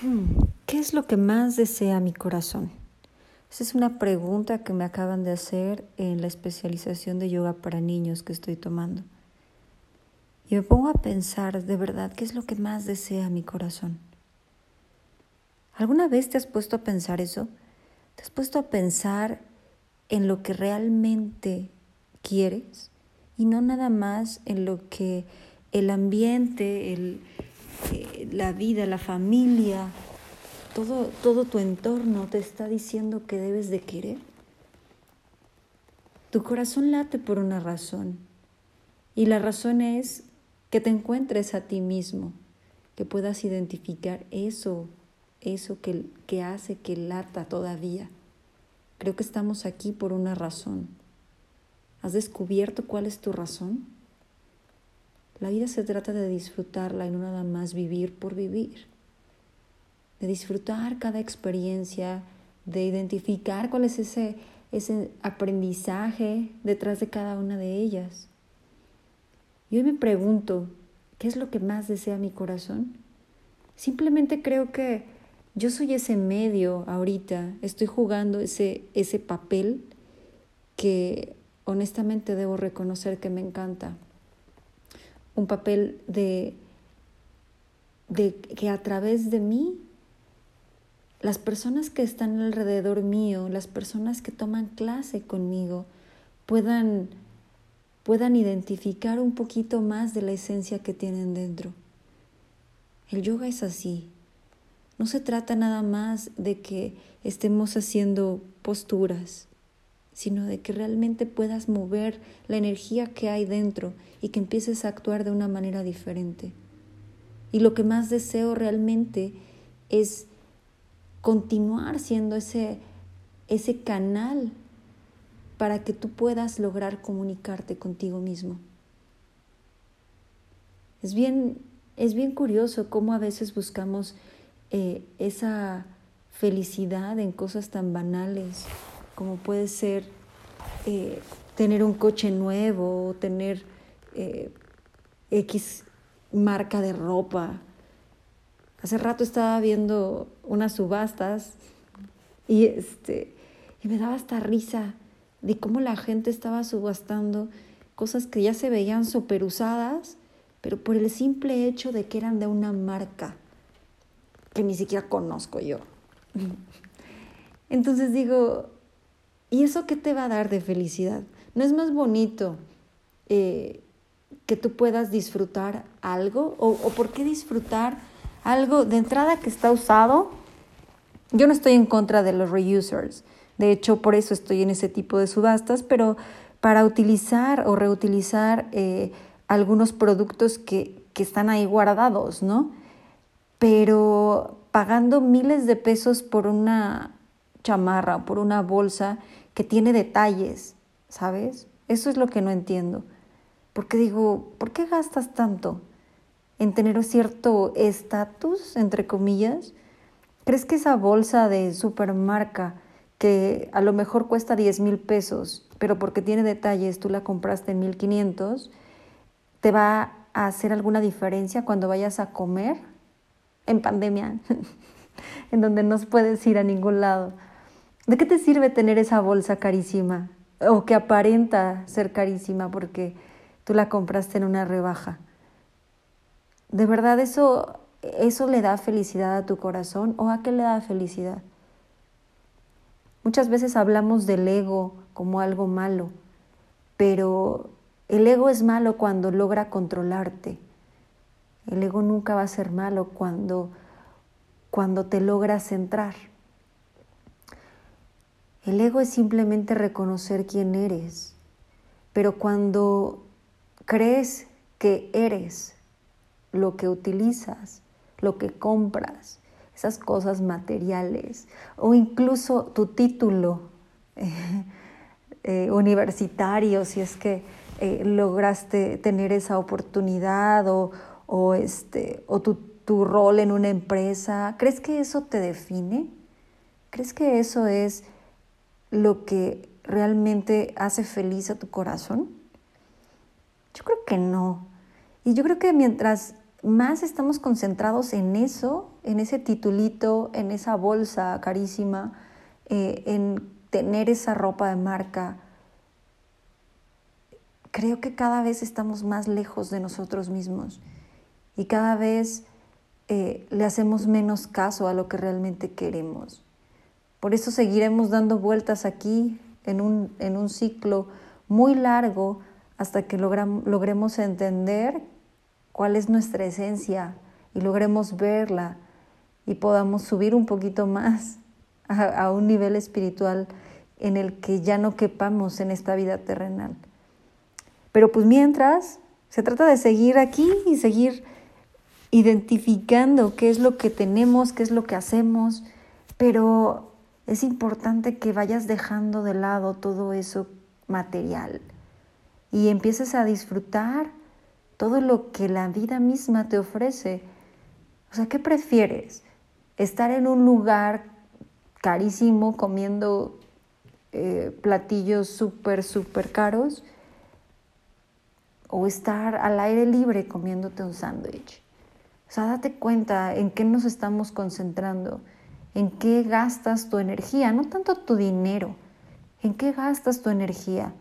¿Qué es lo que más desea mi corazón? Esa es una pregunta que me acaban de hacer en la especialización de yoga para niños que estoy tomando. Y me pongo a pensar, de verdad, ¿qué es lo que más desea mi corazón? ¿Alguna vez te has puesto a pensar eso? ¿Te has puesto a pensar en lo que realmente quieres? Y no nada más en lo que el ambiente, la vida, la familia, todo tu entorno te está diciendo que debes de querer. Tu corazón late por una razón, y la razón es que te encuentres a ti mismo, que puedas identificar eso que hace que lata todavía. Creo que estamos aquí por una razón. ¿Has descubierto cuál es tu razón? La vida se trata de disfrutarla y no nada más vivir por vivir. De disfrutar cada experiencia, de identificar cuál es ese aprendizaje detrás de cada una de ellas. Y hoy me pregunto, ¿qué es lo que más desea mi corazón? Simplemente creo que yo soy ese medio ahorita, estoy jugando ese papel que honestamente debo reconocer que me encanta. Un papel de que a través de mí, las personas que están alrededor mío, las personas que toman clase conmigo, puedan identificar un poquito más de la esencia que tienen dentro. El yoga es así. No se trata nada más de que estemos haciendo posturas, sino de que realmente puedas mover la energía que hay dentro y que empieces a actuar de una manera diferente. Y lo que más deseo realmente es continuar siendo ese canal para que tú puedas lograr comunicarte contigo mismo. Es bien curioso cómo a veces buscamos esa felicidad en cosas tan banales como puede ser tener un coche nuevo o tener X marca de ropa. Hace rato estaba viendo unas subastas y me daba hasta risa de cómo la gente estaba subastando cosas que ya se veían súper usadas, pero por el simple hecho de que eran de una marca que ni siquiera conozco yo. Entonces digo, ¿y eso qué te va a dar de felicidad? ¿No es más bonito que tú puedas disfrutar algo? ¿O por qué disfrutar algo de entrada que está usado? Yo no estoy en contra de los reusers. De hecho, por eso estoy en ese tipo de subastas, pero para utilizar o reutilizar algunos productos que están ahí guardados, ¿no? Pero pagando miles de pesos por una chamarra o por una bolsa que tiene detalles, ¿sabes? Eso es lo que no entiendo. Porque digo, ¿por qué gastas tanto en tener cierto estatus, entre comillas? ¿Crees que esa bolsa de supermarca que a lo mejor cuesta 10,000 pesos, pero porque tiene detalles tú la compraste en 1,500, te va a hacer alguna diferencia cuando vayas a comer en pandemia, en donde no puedes ir a ningún lado? ¿De qué te sirve tener esa bolsa carísima o que aparenta ser carísima porque tú la compraste en una rebaja? ¿De verdad eso le da felicidad a tu corazón o a qué le da felicidad? Muchas veces hablamos del ego como algo malo, pero el ego es malo cuando logra controlarte. El ego nunca va a ser malo cuando te logra centrar. El ego es simplemente reconocer quién eres, pero cuando crees que eres lo que utilizas, lo que compras, esas cosas materiales o incluso tu título universitario, si es que lograste tener esa oportunidad o tu rol en una empresa, ¿crees que eso te define? ¿Crees que eso es lo que realmente hace feliz a tu corazón? Yo creo que no. Y yo creo que mientras más estamos concentrados en eso, en ese titulito, en esa bolsa carísima, en tener esa ropa de marca, creo que cada vez estamos más lejos de nosotros mismos y cada vez le hacemos menos caso a lo que realmente queremos. Por eso seguiremos dando vueltas aquí en un ciclo muy largo hasta que logremos entender cuál es nuestra esencia y logremos verla y podamos subir un poquito más a un nivel espiritual en el que ya no quepamos en esta vida terrenal. Pero pues mientras, se trata de seguir aquí y seguir identificando qué es lo que tenemos, qué es lo que hacemos, pero es importante que vayas dejando de lado todo eso material y empieces a disfrutar todo lo que la vida misma te ofrece. O sea, ¿qué prefieres? ¿Estar en un lugar carísimo comiendo platillos súper caros? ¿O estar al aire libre comiéndote un sándwich? O sea, date cuenta en qué nos estamos concentrando, en qué gastas tu energía, no tanto tu dinero, en qué gastas tu energía.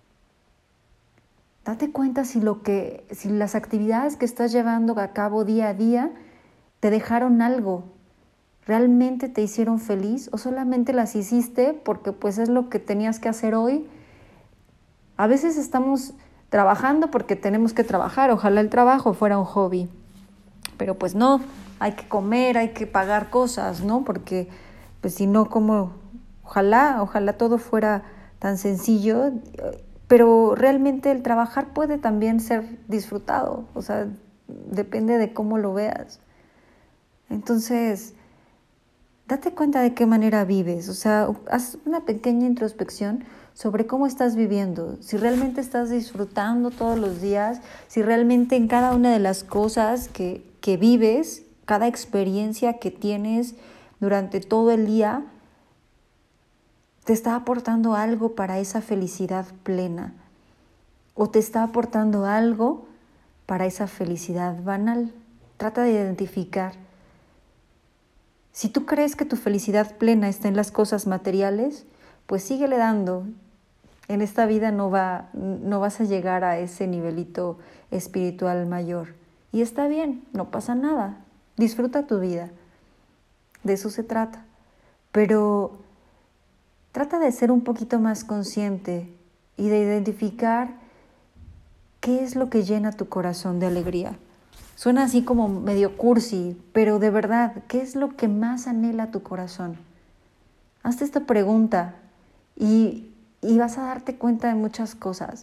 Date cuenta si las actividades que estás llevando a cabo día a día te dejaron algo, realmente te hicieron feliz o solamente las hiciste porque pues es lo que tenías que hacer hoy. A veces estamos trabajando porque tenemos que trabajar, ojalá el trabajo fuera un hobby, pero pues no, hay que comer, hay que pagar cosas, ¿no? Porque pues si no, como ojalá todo fuera tan sencillo, pero realmente el trabajar puede también ser disfrutado, o sea, depende de cómo lo veas. Entonces, date cuenta de qué manera vives, o sea, haz una pequeña introspección sobre cómo estás viviendo, si realmente estás disfrutando todos los días, si realmente en cada una de las cosas que vives, cada experiencia que tienes durante todo el día, te está aportando algo para esa felicidad plena o te está aportando algo para esa felicidad banal. Trata de identificar. Si tú crees que tu felicidad plena está en las cosas materiales, pues síguele dando. En esta vida no vas a llegar a ese nivelito espiritual mayor. Y está bien, no pasa nada. Disfruta tu vida. De eso se trata. Pero trata de ser un poquito más consciente y de identificar qué es lo que llena tu corazón de alegría. Suena así como medio cursi, pero de verdad, ¿qué es lo que más anhela tu corazón? Hazte esta pregunta y vas a darte cuenta de muchas cosas.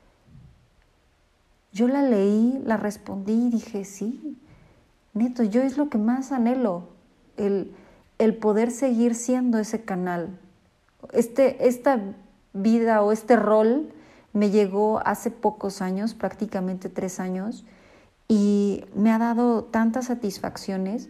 Yo la leí, la respondí y dije, sí, neto, yo es lo que más anhelo, el poder seguir siendo ese canal. Esta vida o este rol me llegó hace pocos años, prácticamente 3 años, y me ha dado tantas satisfacciones.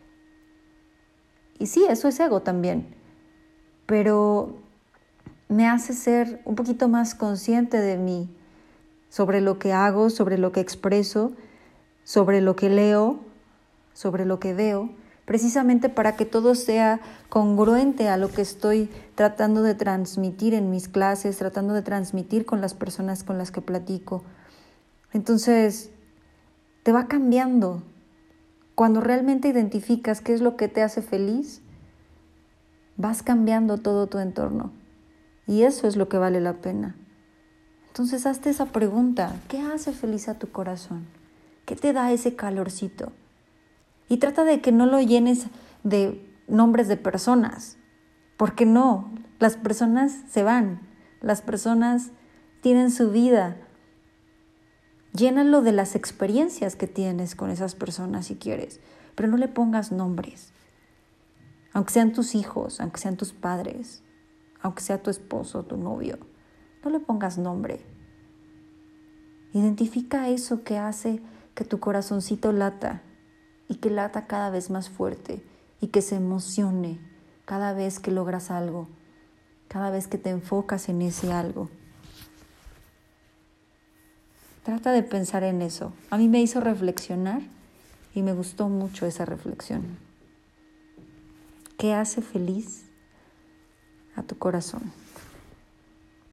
Y sí, eso es ego también, pero me hace ser un poquito más consciente de mí, sobre lo que hago, sobre lo que expreso, sobre lo que leo, sobre lo que veo, precisamente para que todo sea congruente a lo que estoy tratando de transmitir en mis clases, tratando de transmitir con las personas con las que platico. Entonces, te va cambiando. Cuando realmente identificas qué es lo que te hace feliz, vas cambiando todo tu entorno. Y eso es lo que vale la pena. Entonces, hazte esa pregunta. ¿Qué hace feliz a tu corazón? ¿Qué te da ese calorcito? Y trata de que no lo llenes de nombres de personas, porque no, las personas se van, las personas tienen su vida. Llénalo de las experiencias que tienes con esas personas si quieres, pero no le pongas nombres. Aunque sean tus hijos, aunque sean tus padres, aunque sea tu esposo o tu novio, no le pongas nombre. Identifica eso que hace que tu corazoncito lata y que lata cada vez más fuerte y que se emocione cada vez que logras algo, cada vez que te enfocas en ese algo. Trata de pensar en eso. A mí me hizo reflexionar y me gustó mucho esa reflexión. ¿Qué hace feliz a tu corazón?